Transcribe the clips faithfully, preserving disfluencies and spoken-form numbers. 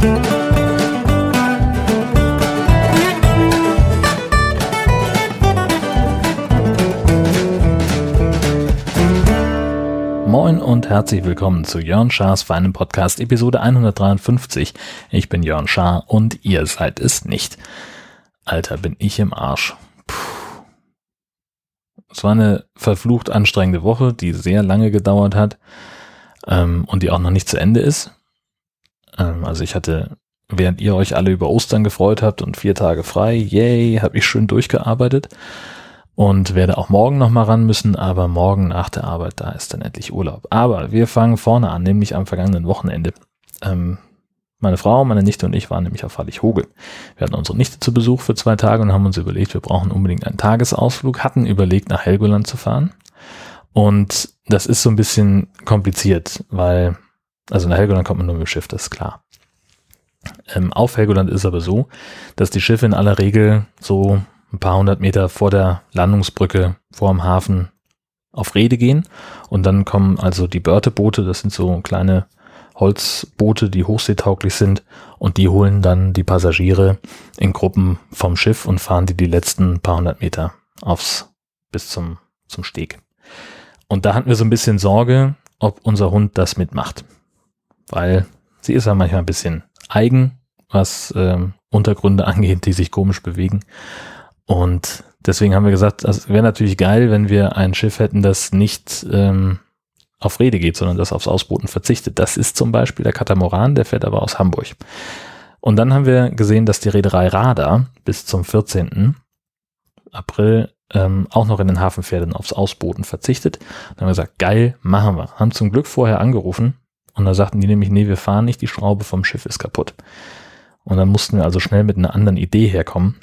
Moin und herzlich willkommen zu Jörn Schars feinem Podcast, Episode hundertdreiundfünfzig. Ich bin Jörn Schaar und ihr seid es nicht. Alter, bin ich im Arsch. Puh. Es war eine verflucht anstrengende Woche, die sehr lange gedauert hat ähm, und die auch noch nicht zu Ende ist. Ähm, also ich hatte, während ihr euch alle über Ostern gefreut habt und vier Tage frei, yay, habe ich schön durchgearbeitet. Und werde auch morgen nochmal ran müssen, aber morgen nach der Arbeit, da ist dann endlich Urlaub. Aber wir fangen vorne an, nämlich am vergangenen Wochenende. Ähm, meine Frau, meine Nichte und ich waren nämlich auf Hallig-Hoge. Wir hatten unsere Nichte zu Besuch für zwei Tage und haben uns überlegt, wir brauchen unbedingt einen Tagesausflug, hatten überlegt, nach Helgoland zu fahren. Und das ist so ein bisschen kompliziert, weil, also nach Helgoland kommt man nur mit dem Schiff, das ist klar. Ähm, auf Helgoland ist aber so, dass die Schiffe in aller Regel so ein paar hundert Meter vor der Landungsbrücke vor dem Hafen auf Reede gehen und dann kommen also die Börteboote, das sind so kleine Holzboote, die hochseetauglich sind und die holen dann die Passagiere in Gruppen vom Schiff und fahren die die letzten paar hundert Meter aufs bis zum, zum Steg. Und da hatten wir so ein bisschen Sorge, ob unser Hund das mitmacht, weil sie ist ja manchmal ein bisschen eigen, was ähm, Untergründe angeht, die sich komisch bewegen. Und deswegen haben wir gesagt, es wäre natürlich geil, wenn wir ein Schiff hätten, das nicht ähm, auf Reede geht, sondern das aufs Ausbooten verzichtet. Das ist zum Beispiel der Katamaran, der fährt aber aus Hamburg. Und dann haben wir gesehen, dass die Reederei Radar bis zum vierzehnten April ähm, auch noch in den Hafen fährt und aufs Ausbooten verzichtet. Dann haben wir gesagt, geil, machen wir. Haben zum Glück vorher angerufen und da sagten die nämlich, nee, wir fahren nicht, die Schraube vom Schiff ist kaputt. Und dann mussten wir also schnell mit einer anderen Idee herkommen.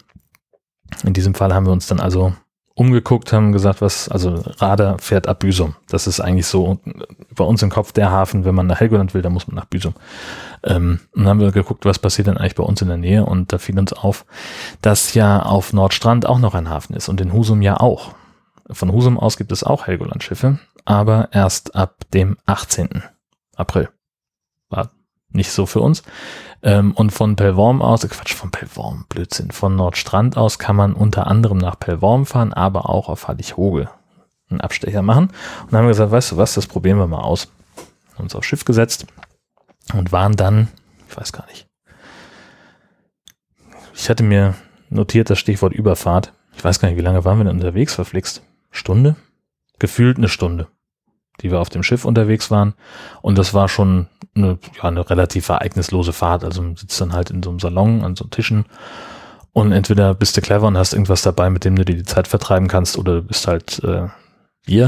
In diesem Fall haben wir uns dann also umgeguckt, haben gesagt, was, also Radar fährt ab Büsum. Das ist eigentlich so bei uns im Kopf der Hafen, wenn man nach Helgoland will, dann muss man nach Büsum. Ähm, und dann haben wir geguckt, was passiert denn eigentlich bei uns in der Nähe und da fiel uns auf, dass ja auf Nordstrand auch noch ein Hafen ist und in Husum ja auch. Von Husum aus gibt es auch Helgoland-Schiffe, aber erst ab dem achtzehnten April. War nicht so für uns. Ähm, und von Pellworm aus, Quatsch, von Pellworm, Blödsinn, von Nordstrand aus kann man unter anderem nach Pellworm fahren, aber auch auf Hallig-Hoge einen Abstecher machen. Und dann haben wir gesagt, weißt du was, das probieren wir mal aus. Haben uns aufs Schiff gesetzt und waren dann, ich weiß gar nicht, ich hatte mir notiert das Stichwort Überfahrt. Ich weiß gar nicht, wie lange waren wir denn unterwegs, verflixt? Stunde? Gefühlt eine Stunde, die wir auf dem Schiff unterwegs waren. Und das war schon eine, ja, eine relativ ereignislose Fahrt. Also man sitzt dann halt in so einem Salon an so Tischen und entweder bist du clever und hast irgendwas dabei, mit dem du dir die Zeit vertreiben kannst, oder du bist halt äh, Bier.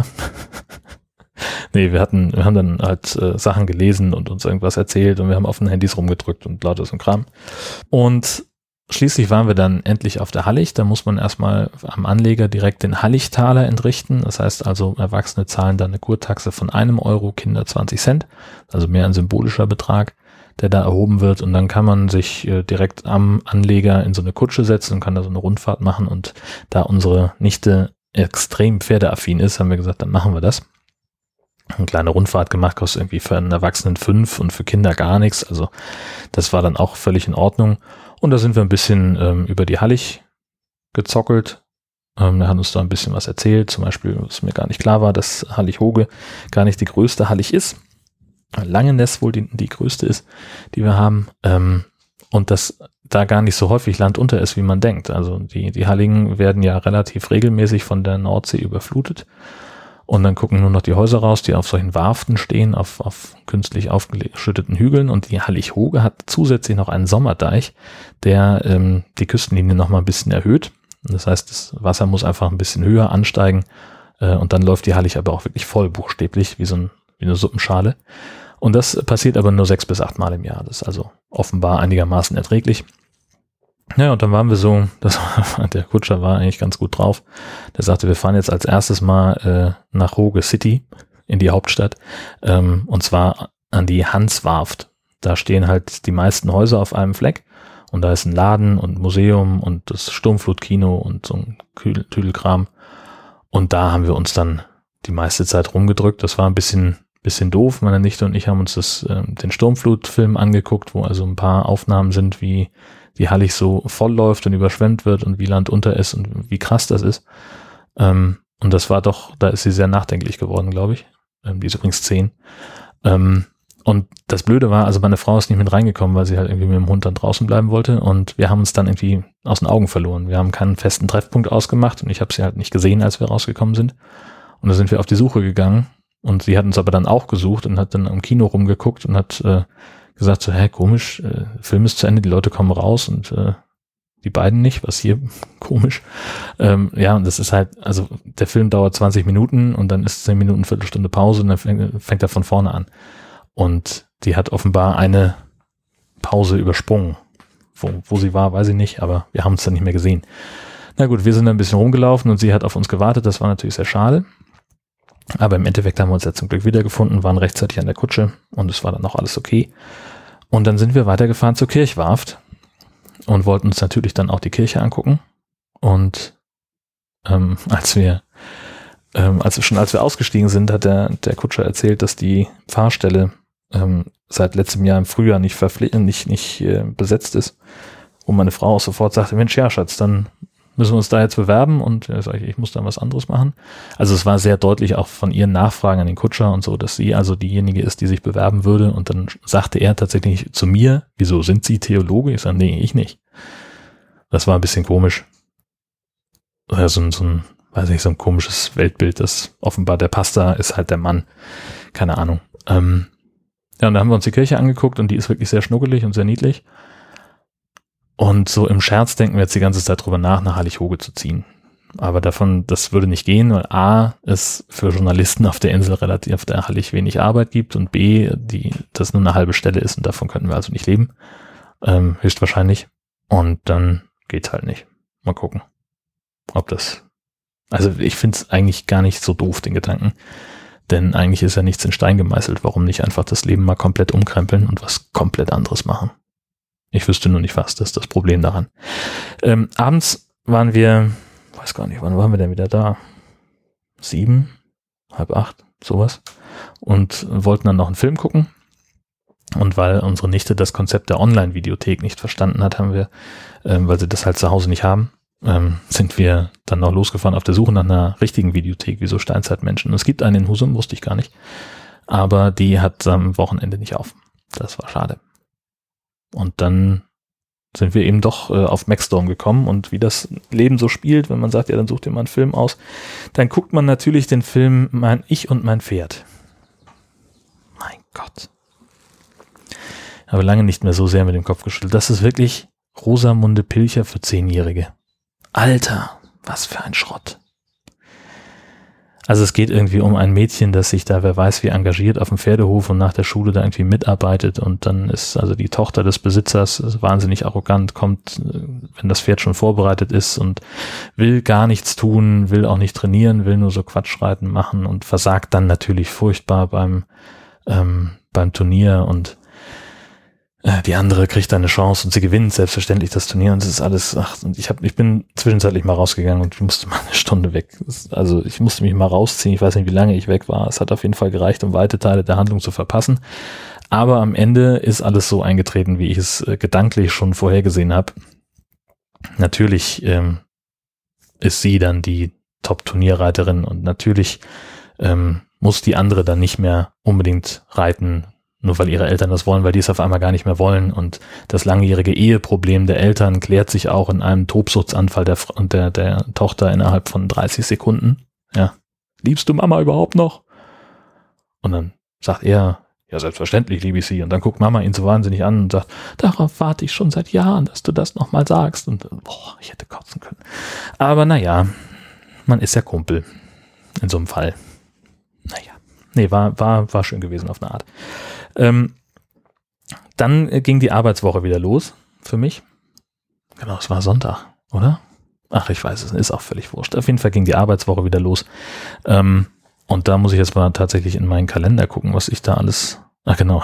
Nee, wir hatten, wir haben dann halt äh, Sachen gelesen und uns irgendwas erzählt und wir haben auf den Handys rumgedrückt und lauter so ein Kram. Und schließlich waren wir dann endlich auf der Hallig. Da muss man erstmal am Anleger direkt den Halligtaler entrichten. Das heißt also, Erwachsene zahlen dann eine Kurtaxe von einem Euro, Kinder zwanzig Cent. Also mehr ein symbolischer Betrag, der da erhoben wird. Und dann kann man sich äh, direkt am Anleger in so eine Kutsche setzen und kann da so eine Rundfahrt machen. Und da unsere Nichte extrem pferdeaffin ist, haben wir gesagt, dann machen wir das. Eine kleine Rundfahrt gemacht, kostet irgendwie für einen Erwachsenen fünf und für Kinder gar nichts. Also das war dann auch völlig in Ordnung. Und da sind wir ein bisschen ähm, über die Hallig gezockelt. Ähm, er hat uns da ein bisschen was erzählt. Zum Beispiel, was mir gar nicht klar war, dass Hallig-Hoge gar nicht die größte Hallig ist. Langeness wohl die, die größte ist, die wir haben. Ähm, und dass da gar nicht so häufig Land unter ist, wie man denkt. Also die, die Halligen werden ja relativ regelmäßig von der Nordsee überflutet. Und dann gucken nur noch die Häuser raus, die auf solchen Warften stehen, auf, auf künstlich aufgeschütteten Hügeln. Und die Hallig-Hoge hat zusätzlich noch einen Sommerdeich, der ähm, die Küstenlinie noch mal ein bisschen erhöht. Das heißt, das Wasser muss einfach ein bisschen höher ansteigen. Äh, und dann läuft die Hallig aber auch wirklich voll, buchstäblich, wie so ein, wie eine Suppenschale. Und das passiert aber nur sechs bis acht Mal im Jahr. Das ist also offenbar einigermaßen erträglich. Ja, und dann waren wir so, das war, der Kutscher war eigentlich ganz gut drauf. Der sagte, wir fahren jetzt als erstes mal äh, nach Hoge City, in die Hauptstadt, ähm, und zwar an die Hanswarft. Da stehen halt die meisten Häuser auf einem Fleck und da ist ein Laden und Museum und das Sturmflutkino und so ein Tüdelkram. Und da haben wir uns dann die meiste Zeit rumgedrückt. Das war ein bisschen bisschen doof. Meine Nichte und ich haben uns das, äh, den Sturmflutfilm angeguckt, wo also ein paar Aufnahmen sind, wie die Hallig so voll läuft und überschwemmt wird und wie Land unter ist und wie krass das ist. Ähm, und das war doch, da ist sie sehr nachdenklich geworden, glaube ich. Ähm, die ist übrigens zehn. Ähm, und das Blöde war, also meine Frau ist nicht mit reingekommen, weil sie halt irgendwie mit dem Hund dann draußen bleiben wollte und wir haben uns dann irgendwie aus den Augen verloren. Wir haben keinen festen Treffpunkt ausgemacht und ich habe sie halt nicht gesehen, als wir rausgekommen sind. Und da sind wir auf die Suche gegangen und sie hat uns aber dann auch gesucht und hat dann im Kino rumgeguckt und hat äh, gesagt so, hä, komisch, äh, Film ist zu Ende, die Leute kommen raus und äh, die beiden nicht, was hier komisch. Ähm, ja, und das ist halt, also der Film dauert zwanzig Minuten und dann ist zehn Minuten, Viertelstunde Pause und dann fängt, fängt er von vorne an. Und die hat offenbar eine Pause übersprungen. Wo, wo sie war, weiß ich nicht, aber wir haben uns dann nicht mehr gesehen. Na gut, wir sind dann ein bisschen rumgelaufen und sie hat auf uns gewartet, das war natürlich sehr schade. Aber im Endeffekt haben wir uns ja zum Glück wiedergefunden, waren rechtzeitig an der Kutsche und es war dann auch alles okay. Und dann sind wir weitergefahren zur Kirchwarft und wollten uns natürlich dann auch die Kirche angucken. Und ähm, als wir ähm, also schon als wir ausgestiegen sind, hat der, der Kutscher erzählt, dass die Pfarrstelle ähm, seit letztem Jahr im Frühjahr nicht verpflichtet, nicht, nicht äh, besetzt ist. Wo meine Frau auch sofort sagte, Mensch, ja, Schatz, dann müssen wir uns da jetzt bewerben und ja, sag ich, ich muss dann was anderes machen. Also es war sehr deutlich auch von ihren Nachfragen an den Kutscher und so, dass sie also diejenige ist, die sich bewerben würde. Und dann sagte er tatsächlich zu mir, wieso, sind Sie Theologe? Ich sage, nee, ich nicht. Das war ein bisschen komisch. Ja, so, ein, so ein, weiß nicht, so ein komisches Weltbild, das offenbar der Pastor ist halt der Mann. Keine Ahnung. Ähm, ja, und da haben wir uns die Kirche angeguckt und die ist wirklich sehr schnuckelig und sehr niedlich. Und so im Scherz denken wir jetzt die ganze Zeit drüber nach, nach Hallig-Hoge zu ziehen. Aber davon, das würde nicht gehen, weil A, es für Journalisten auf der Insel relativ, auf der Hallig wenig Arbeit gibt und B, die, das nur eine halbe Stelle ist und davon könnten wir also nicht leben. Ähm, höchstwahrscheinlich. Und dann geht's halt nicht. Mal gucken, ob das, also ich finde es eigentlich gar nicht so doof, den Gedanken. Denn eigentlich ist ja nichts in Stein gemeißelt. Warum nicht einfach das Leben mal komplett umkrempeln und was komplett anderes machen? Ich wüsste nur nicht was, das ist das Problem daran. Ähm, abends waren wir, weiß gar nicht, wann waren wir denn wieder da? Sieben, halb acht, sowas. Und wollten dann noch einen Film gucken. Und weil unsere Nichte das Konzept der Online-Videothek nicht verstanden hat, haben wir, ähm, weil sie das halt zu Hause nicht haben, ähm, sind wir dann noch losgefahren auf der Suche nach einer richtigen Videothek, wie so Steinzeitmenschen. Und es gibt eine in Husum, wusste ich gar nicht. Aber die hat am Wochenende nicht auf. Das war schade. Und dann sind wir eben doch äh, auf Maxdome gekommen und wie das Leben so spielt, wenn man sagt, ja, dann sucht ihr mal einen Film aus, dann guckt man natürlich den Film Mein Ich und mein Pferd. Mein Gott. Ich habe lange nicht mehr so sehr mit dem Kopf geschüttelt. Das ist wirklich Rosamunde Pilcher für Zehnjährige. Alter, was für ein Schrott. Also es geht irgendwie um ein Mädchen, das sich da, wer weiß wie, engagiert auf dem Pferdehof und nach der Schule da irgendwie mitarbeitet und dann ist also die Tochter des Besitzers ist wahnsinnig arrogant, kommt, wenn das Pferd schon vorbereitet ist und will gar nichts tun, will auch nicht trainieren, will nur so Quatschreiten machen und versagt dann natürlich furchtbar beim, ähm, beim Turnier und die andere kriegt dann eine Chance und sie gewinnt selbstverständlich das Turnier und es ist alles, ach, und ich hab, ich bin zwischenzeitlich mal rausgegangen und ich musste mal eine Stunde weg. Also ich musste mich mal rausziehen, ich weiß nicht, wie lange ich weg war. Es hat auf jeden Fall gereicht, um weite Teile der Handlung zu verpassen. Aber am Ende ist alles so eingetreten, wie ich es äh, gedanklich schon vorhergesehen habe. Natürlich ähm, ist sie dann die Top-Turnierreiterin und natürlich ähm, muss die andere dann nicht mehr unbedingt reiten, nur weil ihre Eltern das wollen, weil die es auf einmal gar nicht mehr wollen. Und das langjährige Eheproblem der Eltern klärt sich auch in einem Tobsuchtsanfall der, der, der Tochter innerhalb von dreißig Sekunden. Ja. Liebst du Mama überhaupt noch? Und dann sagt er, ja, selbstverständlich liebe ich sie. Und dann guckt Mama ihn so wahnsinnig an und sagt, darauf warte ich schon seit Jahren, dass du das nochmal sagst. Und boah, ich hätte kotzen können. Aber naja, man ist ja Kumpel in so einem Fall. Naja. Nee, war, war, war schön gewesen auf eine Art. Ähm, dann äh, ging die Arbeitswoche wieder los für mich. Genau, es war Sonntag, oder? Ach, ich weiß es, ist auch völlig wurscht. Auf jeden Fall ging die Arbeitswoche wieder los. Ähm, und da muss ich jetzt mal tatsächlich in meinen Kalender gucken, was ich da alles... Ach genau.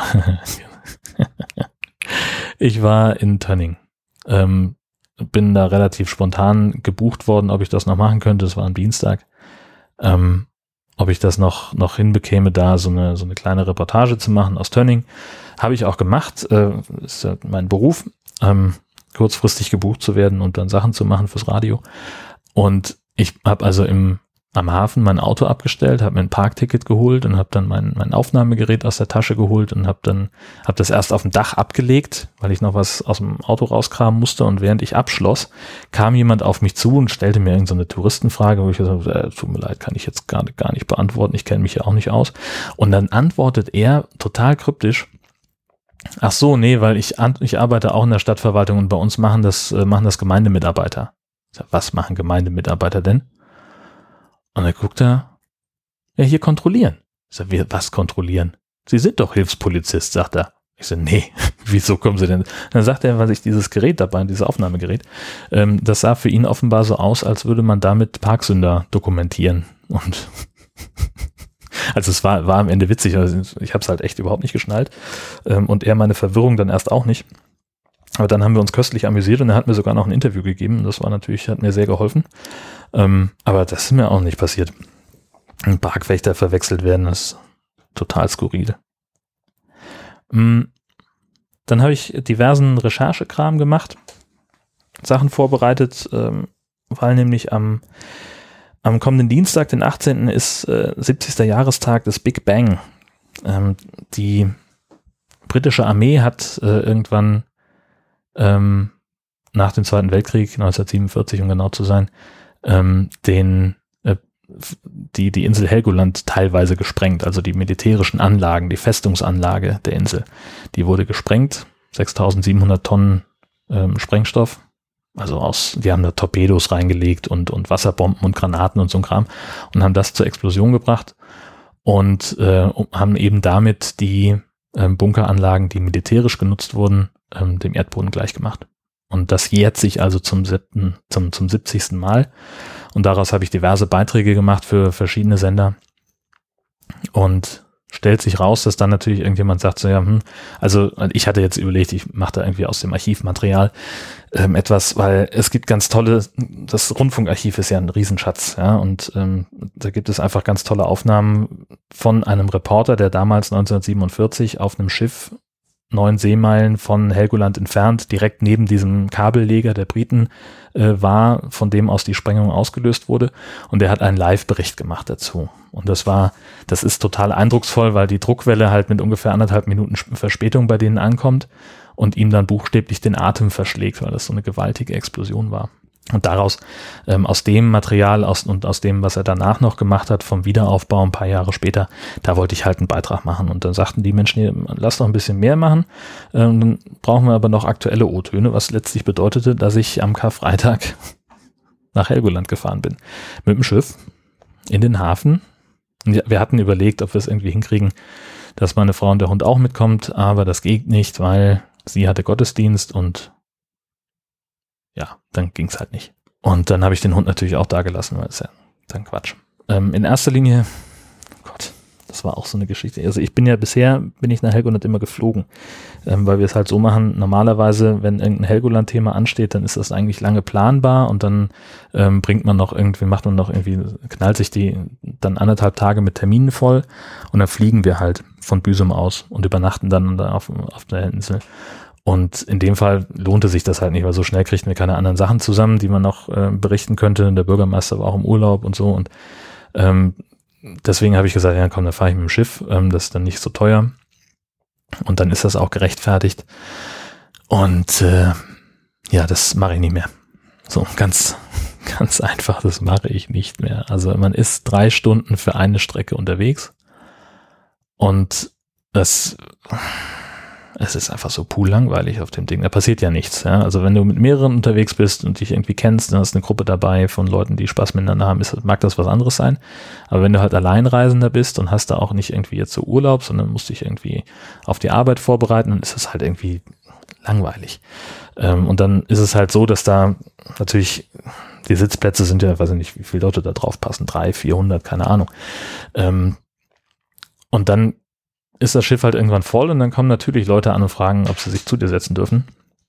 Ich war in Tönning. Ähm, bin da relativ spontan gebucht worden, ob ich das noch machen könnte. Das war am Dienstag. Ähm, ob ich das noch, noch hinbekäme, da so eine, so eine kleine Reportage zu machen aus Tönning. Habe ich auch gemacht, äh, ist ja mein Beruf, ähm, kurzfristig gebucht zu werden und dann Sachen zu machen fürs Radio. Und ich habe also im am Hafen mein Auto abgestellt, habe mir ein Parkticket geholt und habe dann mein mein Aufnahmegerät aus der Tasche geholt und habe dann habe das erst auf dem Dach abgelegt, weil ich noch was aus dem Auto rauskramen musste, und während ich abschloss, kam jemand auf mich zu und stellte mir irgend so eine Touristenfrage, wo ich gesagt habe, äh, tut mir leid, kann ich jetzt gar, gar nicht beantworten, ich kenne mich ja auch nicht aus. Und dann antwortet er total kryptisch: Ach so, nee, weil ich ich arbeite auch in der Stadtverwaltung und bei uns machen das äh, machen das Gemeindemitarbeiter. Ich sag, was machen Gemeindemitarbeiter denn? Und dann guckt er, ja, hier kontrollieren. Ich sag, wie, was kontrollieren? Sie sind doch Hilfspolizist, sagt er. Ich so, nee, wieso kommen Sie denn? Dann sagt er, weil ich dieses Gerät dabei, dieses Aufnahmegerät, ähm, das sah für ihn offenbar so aus, als würde man damit Parksünder dokumentieren. Und also es war, war am Ende witzig, also ich habe es halt echt überhaupt nicht geschnallt, ähm, und er meine Verwirrung dann erst auch nicht. Aber dann haben wir uns köstlich amüsiert und er hat mir sogar noch ein Interview gegeben. Das war natürlich, hat mir sehr geholfen. Ähm, aber das ist mir auch nicht passiert. Ein Parkwächter verwechselt werden, das ist total skurril. Ähm, dann habe ich diversen Recherchekram gemacht, Sachen vorbereitet, ähm, weil nämlich am, am kommenden Dienstag, den achtzehnten ist äh, siebzigster Jahrestag des Big Bang. Ähm, die britische Armee hat äh, irgendwann Ähm, nach dem Zweiten Weltkrieg, neunzehnhundertsiebenundvierzig um genau zu sein, ähm, den, äh, die, die Insel Helgoland teilweise gesprengt, also die militärischen Anlagen, die Festungsanlage der Insel, die wurde gesprengt, sechstausendsiebenhundert Tonnen ähm, Sprengstoff, also aus, die haben da Torpedos reingelegt und, und Wasserbomben und Granaten und so ein Kram und haben das zur Explosion gebracht und äh, haben eben damit die ähm, Bunkeranlagen, die militärisch genutzt wurden, dem Erdboden gleich gemacht. Und das jährt sich also zum siebten, zum, zum siebzigsten Mal. Und daraus habe ich diverse Beiträge gemacht für verschiedene Sender. Und stellt sich raus, dass dann natürlich irgendjemand sagt, so ja, hm, also ich hatte jetzt überlegt, ich mache da irgendwie aus dem Archivmaterial ähm, etwas, weil es gibt ganz tolle, das Rundfunkarchiv ist ja ein Riesenschatz, ja, und ähm, da gibt es einfach ganz tolle Aufnahmen von einem Reporter, der damals neunzehnhundertsiebenundvierzig auf einem Schiff neun Seemeilen von Helgoland entfernt, direkt neben diesem Kabelleger der Briten äh, war, von dem aus die Sprengung ausgelöst wurde. Und er hat einen Live-Bericht gemacht dazu. Und das war, das ist total eindrucksvoll, weil die Druckwelle halt mit ungefähr anderthalb Minuten Verspätung bei denen ankommt und ihm dann buchstäblich den Atem verschlägt, weil das so eine gewaltige Explosion war. Und daraus, ähm, aus dem Material aus, und aus dem, was er danach noch gemacht hat, vom Wiederaufbau ein paar Jahre später, da wollte ich halt einen Beitrag machen. Und dann sagten die Menschen, hier, lass doch ein bisschen mehr machen. Ähm, dann brauchen wir aber noch aktuelle O-Töne, was letztlich bedeutete, dass ich am Karfreitag nach Helgoland gefahren bin. Mit dem Schiff in den Hafen. Und wir hatten überlegt, ob wir es irgendwie hinkriegen, dass meine Frau und der Hund auch mitkommt, aber das geht nicht, weil sie hatte Gottesdienst und ja, dann ging es halt nicht. Und dann habe ich den Hund natürlich auch da gelassen, weil es ja dann Quatsch. Ähm, in erster Linie, oh Gott, das war auch so eine Geschichte. Also ich bin ja bisher, bin ich nach Helgoland immer geflogen, ähm, weil wir es halt so machen, normalerweise, wenn irgendein Helgoland-Thema ansteht, dann ist das eigentlich lange planbar und dann ähm, bringt man noch irgendwie, macht man noch irgendwie, knallt sich die dann anderthalb Tage mit Terminen voll und dann fliegen wir halt von Büsum aus und übernachten dann auf, auf der Insel. Und in dem Fall lohnte sich das halt nicht, weil so schnell kriegten wir keine anderen Sachen zusammen, die man noch äh, berichten könnte. Der Bürgermeister war auch im Urlaub und so. Und ähm, deswegen habe ich gesagt, ja komm, dann fahre ich mit dem Schiff. Ähm, das ist dann nicht so teuer. Und dann ist das auch gerechtfertigt. Und äh, ja, das mache ich nicht mehr. So ganz, ganz einfach, das mache ich nicht mehr. Also man ist drei Stunden für eine Strecke unterwegs. Und das... Es ist einfach so pool-langweilig auf dem Ding. Da passiert ja nichts. Ja? Also wenn du mit mehreren unterwegs bist und dich irgendwie kennst, dann hast du eine Gruppe dabei von Leuten, die Spaß miteinander haben, ist, mag das was anderes sein. Aber wenn du halt Alleinreisender bist und hast da auch nicht irgendwie jetzt so Urlaub, sondern musst dich irgendwie auf die Arbeit vorbereiten, dann ist es halt irgendwie langweilig. Ähm, und dann ist es halt so, dass da natürlich die Sitzplätze sind ja, weiß ich nicht, wie viele Leute da drauf passen, drei, vierhundert, keine Ahnung. Ähm, und dann ist das Schiff halt irgendwann voll und dann kommen natürlich Leute an und fragen, ob sie sich zu dir setzen dürfen.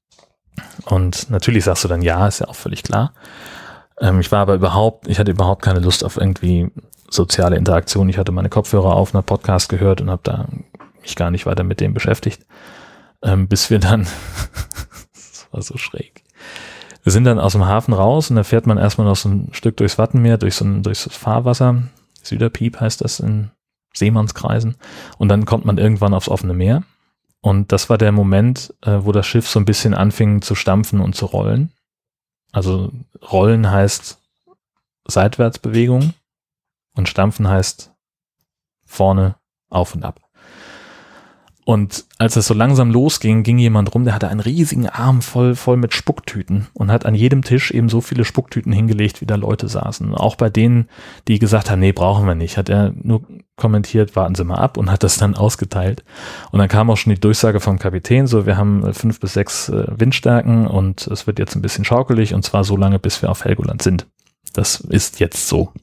Und natürlich sagst du dann ja, ist ja auch völlig klar. Ähm, ich war aber überhaupt, ich hatte überhaupt keine Lust auf irgendwie soziale Interaktion. Ich hatte meine Kopfhörer auf, einen Podcast gehört und habe da mich gar nicht weiter mit dem beschäftigt, ähm, bis wir dann, das war so schräg, wir sind dann aus dem Hafen raus und da fährt man erstmal noch so ein Stück durchs Wattenmeer, durch so ein, durchs Fahrwasser, Süderpiep heißt das in Seemannskreisen, und dann kommt man irgendwann aufs offene Meer, und das war der Moment, äh, wo das Schiff so ein bisschen anfing zu stampfen und zu rollen. Also rollen heißt Seitwärtsbewegung und stampfen heißt vorne auf und ab. Und als es so langsam losging, ging jemand rum, der hatte einen riesigen Arm voll, voll mit Spucktüten und hat an jedem Tisch eben so viele Spucktüten hingelegt, wie da Leute saßen. Auch bei denen, die gesagt haben, nee, brauchen wir nicht, hat er nur kommentiert, warten Sie mal ab, und hat das dann ausgeteilt. Und dann kam auch schon die Durchsage vom Kapitän, so, wir haben fünf bis sechs äh, Windstärken und es wird jetzt ein bisschen schaukelig, und zwar so lange, bis wir auf Helgoland sind. Das ist jetzt so.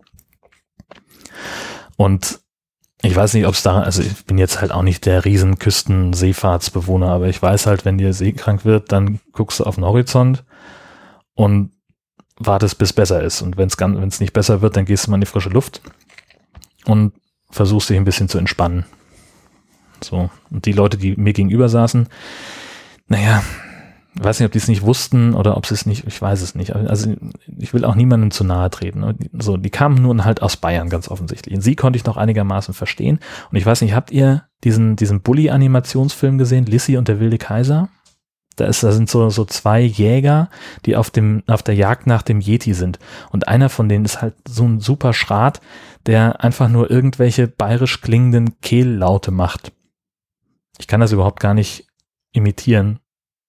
Und ich weiß nicht, ob es da, also ich bin jetzt halt auch nicht der riesen Küstenseefahrtsbewohner, aber ich weiß halt, wenn dir seekrank wird, dann guckst du auf den Horizont und wartest, bis besser ist. Und wenn es wenn es nicht besser wird, dann gehst du mal in die frische Luft und versuchst dich ein bisschen zu entspannen. So. Und die Leute, die mir gegenüber saßen, naja, ich weiß nicht, ob die es nicht wussten oder ob sie es nicht, ich weiß es nicht. Also ich will auch niemandem zu nahe treten. So, die kamen nun halt aus Bayern, ganz offensichtlich. Und sie konnte ich noch einigermaßen verstehen. Und ich weiß nicht, habt ihr diesen, diesen Bully-Animationsfilm gesehen, Lissi und der wilde Kaiser? Da ist, da sind so, so zwei Jäger, die auf dem, auf der Jagd nach dem Yeti sind. Und einer von denen ist halt so ein super Schrat, der einfach nur irgendwelche bayerisch klingenden Kehllaute macht. Ich kann das überhaupt gar nicht imitieren.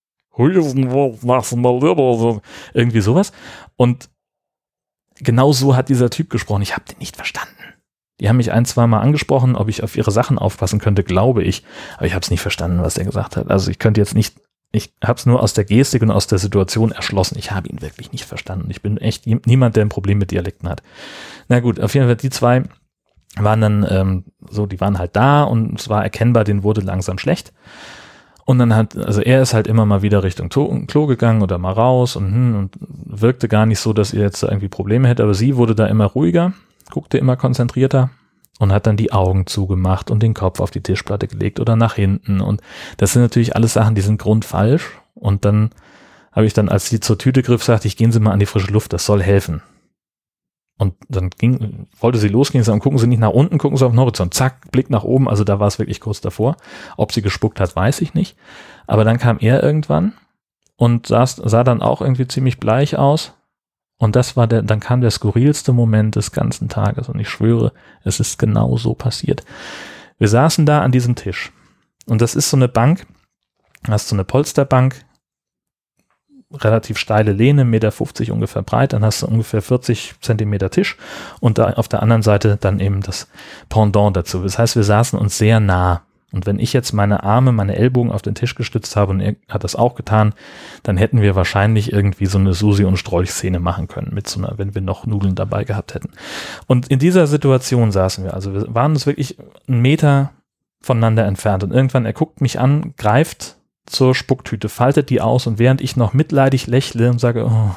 Irgendwie sowas. Und genau so hat dieser Typ gesprochen. Ich habe den nicht verstanden. Die haben mich ein, zwei Mal angesprochen, ob ich auf ihre Sachen aufpassen könnte, glaube ich. Aber ich habe es nicht verstanden, was er gesagt hat. Also ich könnte jetzt nicht, ich habe es nur aus der Gestik und aus der Situation erschlossen. Ich habe ihn wirklich nicht verstanden. Ich bin echt niemand, der ein Problem mit Dialekten hat. Na gut, auf jeden Fall die zwei waren dann ähm, so, die waren halt da, und es war erkennbar, denen wurde langsam schlecht. Und dann hat, also er ist halt immer mal wieder Richtung Klo gegangen oder mal raus und, hm, und wirkte gar nicht so, dass er jetzt irgendwie Probleme hätte, aber sie wurde da immer ruhiger, guckte immer konzentrierter und hat dann die Augen zugemacht und den Kopf auf die Tischplatte gelegt oder nach hinten, und das sind natürlich alles Sachen, die sind grundfalsch. Und dann habe ich dann, als sie zur Tüte griff, sagte ich, gehen Sie mal an die frische Luft, das soll helfen. Und dann ging, wollte sie losgehen, sagen, gucken Sie nicht nach unten, gucken Sie auf den Horizont. Zack, Blick nach oben, also da war es wirklich kurz davor. Ob sie gespuckt hat, weiß ich nicht. Aber dann kam er irgendwann und saß, sah dann auch irgendwie ziemlich bleich aus. Und das war der, dann kam der skurrilste Moment des ganzen Tages. Und ich schwöre, es ist genau so passiert. Wir saßen da an diesem Tisch. Und das ist so eine Bank, hast so eine Polsterbank, relativ steile Lehne, eins Komma fünfzig Meter ungefähr breit, dann hast du ungefähr vierzig Zentimeter Tisch und da auf der anderen Seite dann eben das Pendant dazu. Das heißt, wir saßen uns sehr nah. Und wenn ich jetzt meine Arme, meine Ellbogen auf den Tisch gestützt habe und er hat das auch getan, dann hätten wir wahrscheinlich irgendwie so eine Susi- und Strolch-Szene machen können, mit so einer, wenn wir noch Nudeln dabei gehabt hätten. Und in dieser Situation saßen wir, also wir waren uns wirklich einen Meter voneinander entfernt, und irgendwann, er guckt mich an, greift zur Spucktüte, faltet die aus, und während ich noch mitleidig lächle und sage, oh,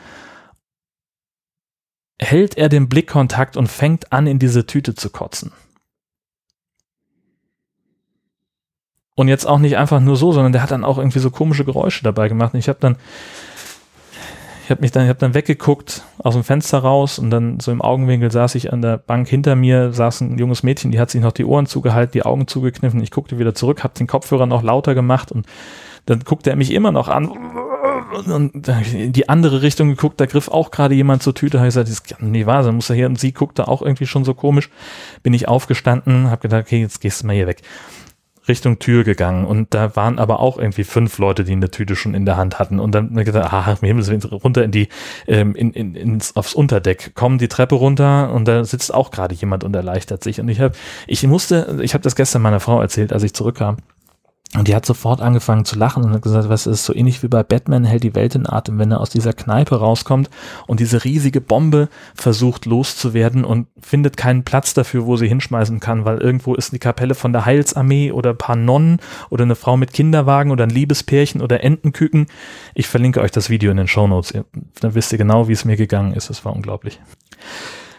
hält er den Blickkontakt und fängt an, in diese Tüte zu kotzen. Und jetzt auch nicht einfach nur so, sondern der hat dann auch irgendwie so komische Geräusche dabei gemacht. Und ich habe dann, ich habe mich dann, ich habe dann weggeguckt aus dem Fenster raus, und dann so im Augenwinkel saß ich an der Bank hinter mir, saß ein junges Mädchen, die hat sich noch die Ohren zugehalten, die Augen zugekniffen. Ich guckte wieder zurück, habe den Kopfhörer noch lauter gemacht, und dann guckte er mich immer noch an und in die andere Richtung geguckt, da griff auch gerade jemand zur Tüte, habe ich gesagt, das kann nicht wahr sein, muss er hier, und sie guckte auch irgendwie schon so komisch. Bin ich aufgestanden, habe gedacht, okay, jetzt gehst du mal hier weg. Richtung Tür gegangen, und da waren aber auch irgendwie fünf Leute, die eine Tüte schon in der Hand hatten, und dann mir gedacht, ah, mir Himmels Willen, runter in die, ähm, in, in, ins, aufs Unterdeck, kommen die Treppe runter, und da sitzt auch gerade jemand und erleichtert sich, und ich habe, ich musste, ich habe das gestern meiner Frau erzählt, als ich zurückkam, und die hat sofort angefangen zu lachen und hat gesagt, was ist so ähnlich wie bei Batman, hält die Welt in Atem, wenn er aus dieser Kneipe rauskommt und diese riesige Bombe versucht loszuwerden und findet keinen Platz dafür, wo sie hinschmeißen kann, weil irgendwo ist die Kapelle von der Heilsarmee oder ein paar Nonnen oder eine Frau mit Kinderwagen oder ein Liebespärchen oder Entenküken. Ich verlinke euch das Video in den Shownotes, dann wisst ihr genau, wie es mir gegangen ist. Das war unglaublich.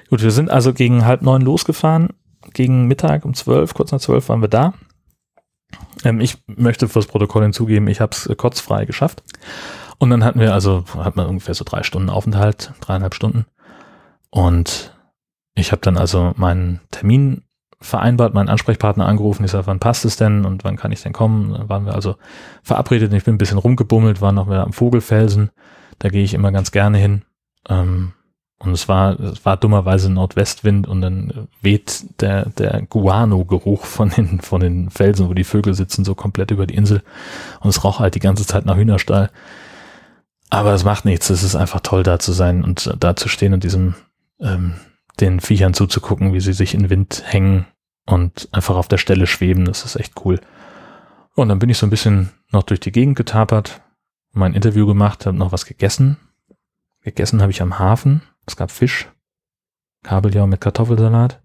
Gut, wir sind also gegen halb neun losgefahren. Gegen Mittag um zwölf, kurz nach zwölf waren wir da. Ähm, ich möchte fürs Protokoll hinzugeben, ich habe es äh, kotzfrei geschafft. Und dann hatten wir also, hat man ungefähr so drei Stunden Aufenthalt, dreieinhalb Stunden. Und ich habe dann also meinen Termin vereinbart, meinen Ansprechpartner angerufen. Ich sage, wann passt es denn und wann kann ich denn kommen? Dann waren wir also verabredet und ich bin ein bisschen rumgebummelt, war noch wieder am Vogelfelsen. Da gehe ich immer ganz gerne hin. Ähm, und es war, es war dummerweise Nordwestwind und dann weht der, der Guano-Geruch von den, von den Felsen, wo die Vögel sitzen, so komplett über die Insel. Und es roch halt die ganze Zeit nach Hühnerstall. Aber es macht nichts. Es ist einfach toll, da zu sein und da zu stehen und diesem, ähm, den Viechern zuzugucken, wie sie sich in den Wind hängen und einfach auf der Stelle schweben. Das ist echt cool. Und dann bin ich so ein bisschen noch durch die Gegend getapert, mein Interview gemacht, habe noch was gegessen. Gegessen habe ich am Hafen. Es gab Fisch, Kabeljau mit Kartoffelsalat.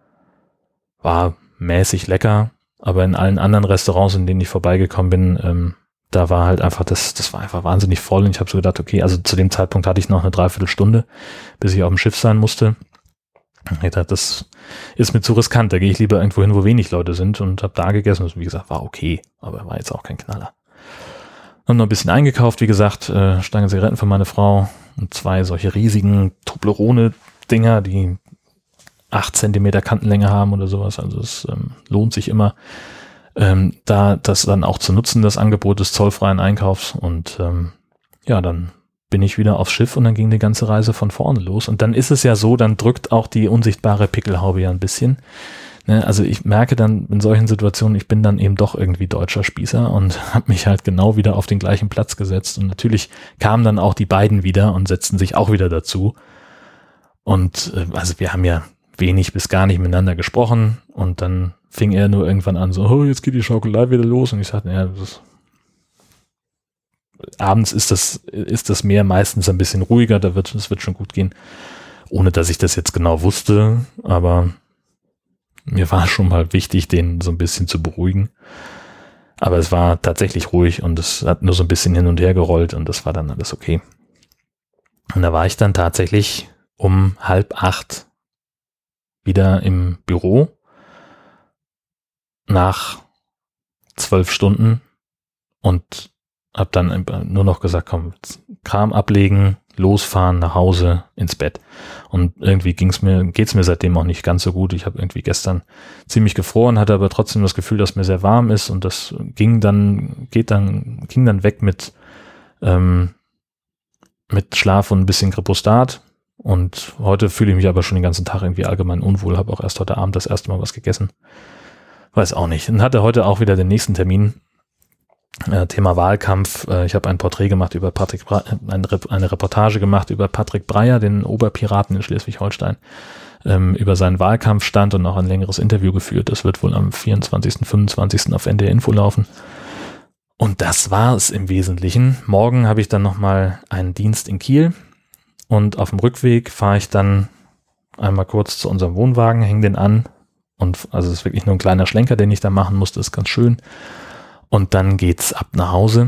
War mäßig lecker, aber in allen anderen Restaurants, in denen ich vorbeigekommen bin, ähm, da war halt einfach, das das war einfach wahnsinnig voll und ich habe so gedacht, okay, also zu dem Zeitpunkt hatte ich noch eine Dreiviertelstunde, bis ich auf dem Schiff sein musste. Ich dachte, das ist mir zu riskant, da gehe ich lieber irgendwo hin, wo wenig Leute sind und habe da gegessen. Und wie gesagt, war okay, aber war jetzt auch kein Knaller. Haben noch ein bisschen eingekauft, wie gesagt, äh, Stange Zigaretten für meine Frau und zwei solche riesigen Toblerone-Dinger, die acht Zentimeter Kantenlänge haben oder sowas. Also es ähm, lohnt sich immer, ähm, da das dann auch zu nutzen, das Angebot des zollfreien Einkaufs. Und ähm, ja, dann bin ich wieder aufs Schiff und dann ging die ganze Reise von vorne los. Und dann ist es ja so, dann drückt auch die unsichtbare Pickelhaube ja ein bisschen. Ne, also ich merke dann in solchen Situationen, ich bin dann eben doch irgendwie deutscher Spießer und habe mich halt genau wieder auf den gleichen Platz gesetzt. Und natürlich kamen dann auch die beiden wieder und setzten sich auch wieder dazu. Und äh, also wir haben ja wenig bis gar nicht miteinander gesprochen. Und dann fing er nur irgendwann an, so, oh, jetzt geht die Schaukelei wieder los. Und ich sagte, ja, das ist abends ist das, ist das Meer meistens ein bisschen ruhiger, da wird, es wird schon gut gehen. Ohne dass ich das jetzt genau wusste, aber mir war schon mal wichtig, den so ein bisschen zu beruhigen. Aber es war tatsächlich ruhig und es hat nur so ein bisschen hin und her gerollt und das war dann alles okay. Und da war ich dann tatsächlich um halb acht wieder im Büro nach zwölf Stunden und hab dann nur noch gesagt, komm, Kram ablegen, losfahren, nach Hause, ins Bett. Und irgendwie ging's mir, geht's mir seitdem auch nicht ganz so gut. Ich habe irgendwie gestern ziemlich gefroren, hatte aber trotzdem das Gefühl, dass mir sehr warm ist und das ging dann, geht dann, ging dann weg mit, ähm, mit Schlaf und ein bisschen Kripostat. Und heute fühle ich mich aber schon den ganzen Tag irgendwie allgemein unwohl, habe auch erst heute Abend das erste Mal was gegessen. Weiß auch nicht. Und hatte heute auch wieder den nächsten Termin. Äh, Thema Wahlkampf. Äh, ich habe ein Porträt gemacht über Patrick, Bre- eine, Rep- eine Reportage gemacht über Patrick Breyer, den Oberpiraten in Schleswig-Holstein, ähm, über seinen Wahlkampfstand und auch ein längeres Interview geführt. Das wird wohl am vierundzwanzigsten, fünfundzwanzigsten auf N D R Info laufen. Und das war es im Wesentlichen. Morgen habe ich dann nochmal einen Dienst in Kiel und auf dem Rückweg fahre ich dann einmal kurz zu unserem Wohnwagen, hänge den an und also es ist wirklich nur ein kleiner Schlenker, den ich da machen musste, ist ganz schön. Und dann geht's ab nach Hause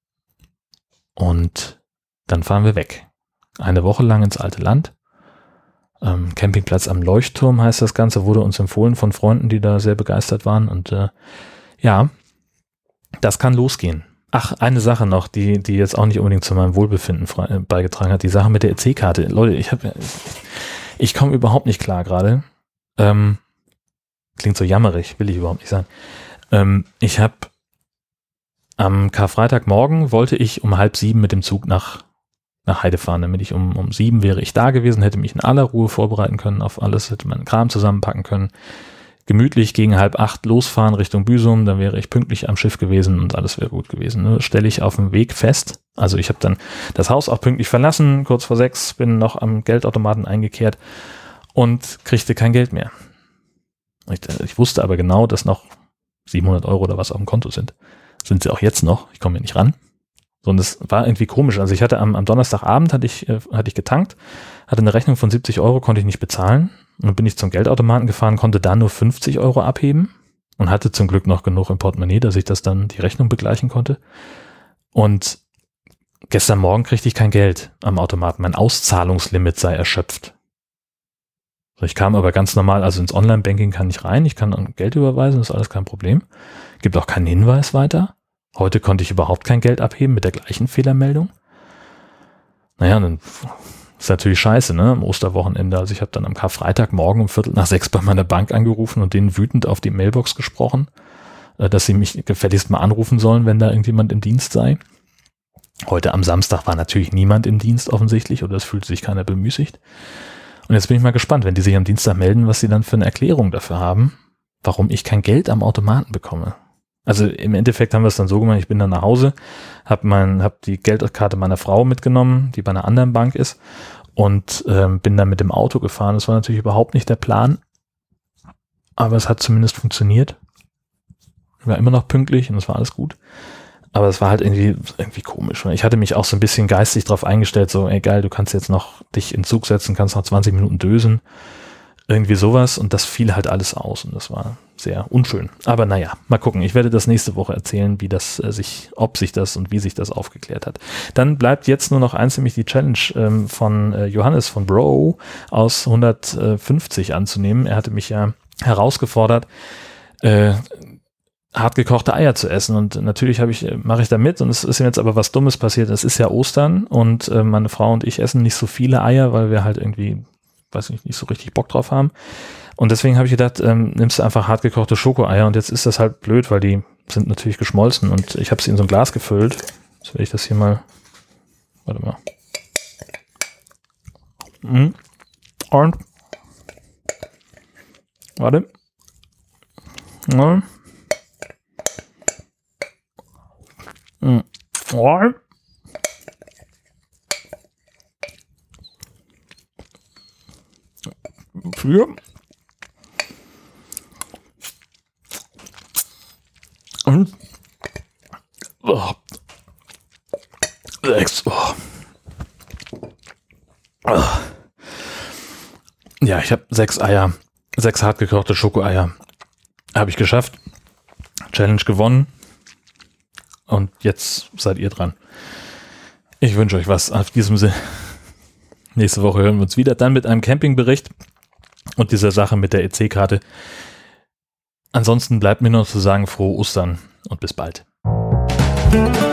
und dann fahren wir weg. Eine Woche lang ins alte Land. Ähm, Campingplatz am Leuchtturm heißt das Ganze, wurde uns empfohlen von Freunden, die da sehr begeistert waren. Und äh, ja, das kann losgehen. Ach, eine Sache noch, die die jetzt auch nicht unbedingt zu meinem Wohlbefinden frei, äh, beigetragen hat. Die Sache mit der E C-Karte. Leute, ich habe, ich komme überhaupt nicht klar gerade. Ähm, klingt so jammerig, will ich überhaupt nicht sagen. Ähm, ich habe Am Karfreitagmorgen wollte ich um halb sieben mit dem Zug nach, nach Heide fahren, damit ich um, um sieben wäre ich da gewesen, hätte mich in aller Ruhe vorbereiten können auf alles, hätte meinen Kram zusammenpacken können, gemütlich gegen halb acht losfahren Richtung Büsum, dann wäre ich pünktlich am Schiff gewesen und alles wäre gut gewesen. Ne? Stelle ich auf dem Weg fest, also ich habe dann das Haus auch pünktlich verlassen, kurz vor sechs, bin noch am Geldautomaten eingekehrt und kriegte kein Geld mehr. Ich, ich wusste aber genau, dass noch siebenhundert Euro oder was auf dem Konto sind. Sind sie auch jetzt noch, ich komme hier nicht ran. So, und das war irgendwie komisch. Also ich hatte am, am Donnerstagabend hatte ich, äh, hatte ich getankt, hatte eine Rechnung von siebzig Euro, konnte ich nicht bezahlen. Und dann bin ich zum Geldautomaten gefahren, konnte da nur fünfzig Euro abheben und hatte zum Glück noch genug im Portemonnaie, dass ich das dann die Rechnung begleichen konnte. Und gestern Morgen kriegte ich kein Geld am Automaten. Mein Auszahlungslimit sei erschöpft. Ich kam aber ganz normal, also ins Online-Banking kann ich rein, ich kann Geld überweisen, ist alles kein Problem. Gibt auch keinen Hinweis weiter. Heute konnte ich überhaupt kein Geld abheben mit der gleichen Fehlermeldung. Naja, dann ist natürlich scheiße, ne, am Osterwochenende. Also ich habe dann am Karfreitagmorgen um Viertel nach sechs bei meiner Bank angerufen und denen wütend auf die Mailbox gesprochen, dass sie mich gefälligst mal anrufen sollen, wenn da irgendjemand im Dienst sei. Heute am Samstag war natürlich niemand im Dienst offensichtlich oder es fühlt sich keiner bemüßigt. Und jetzt bin ich mal gespannt, wenn die sich am Dienstag melden, was sie dann für eine Erklärung dafür haben, warum ich kein Geld am Automaten bekomme. Also im Endeffekt haben wir es dann so gemacht, ich bin dann nach Hause, habe mein, hab die Geldkarte meiner Frau mitgenommen, die bei einer anderen Bank ist und ähm, bin dann mit dem Auto gefahren. Das war natürlich überhaupt nicht der Plan, aber es hat zumindest funktioniert. Ich war immer noch pünktlich und es war alles gut. Aber es war halt irgendwie irgendwie komisch. Ich hatte mich auch so ein bisschen geistig drauf eingestellt, so, ey geil, du kannst jetzt noch dich in den Zug setzen, kannst noch zwanzig Minuten dösen. Irgendwie sowas und das fiel halt alles aus und das war sehr unschön. Aber naja, mal gucken. Ich werde das nächste Woche erzählen, wie das äh, sich, ob sich das und wie sich das aufgeklärt hat. Dann bleibt jetzt nur noch eins, nämlich die Challenge ähm, von äh, Johannes von Bro aus hundertfünfzig anzunehmen. Er hatte mich ja herausgefordert, äh, hartgekochte Eier zu essen und natürlich habe ich mache ich da mit und es ist jetzt aber was Dummes passiert. Es ist ja Ostern und äh, meine Frau und ich essen nicht so viele Eier, weil wir halt irgendwie, weiß nicht, nicht so richtig Bock drauf haben. Und deswegen habe ich gedacht, ähm, nimmst du einfach hartgekochte Schokoeier und jetzt ist das halt blöd, weil die sind natürlich geschmolzen und ich habe sie in so ein Glas gefüllt. Jetzt werde ich das hier mal, warte mal. Mhm. Und, warte. Ja. Mhm. Oh. Vier. Und oh. Sechs. Oh. Oh. Ja, ich habe sechs Eier, sechs hartgekochte Schokoeier. Habe ich geschafft. Challenge gewonnen. Und jetzt seid ihr dran. Ich wünsche euch was. Auf diesem Sinne. Nächste Woche hören wir uns wieder. Dann mit einem Campingbericht und dieser Sache mit der E C-Karte. Ansonsten bleibt mir noch zu sagen, frohe Ostern und bis bald.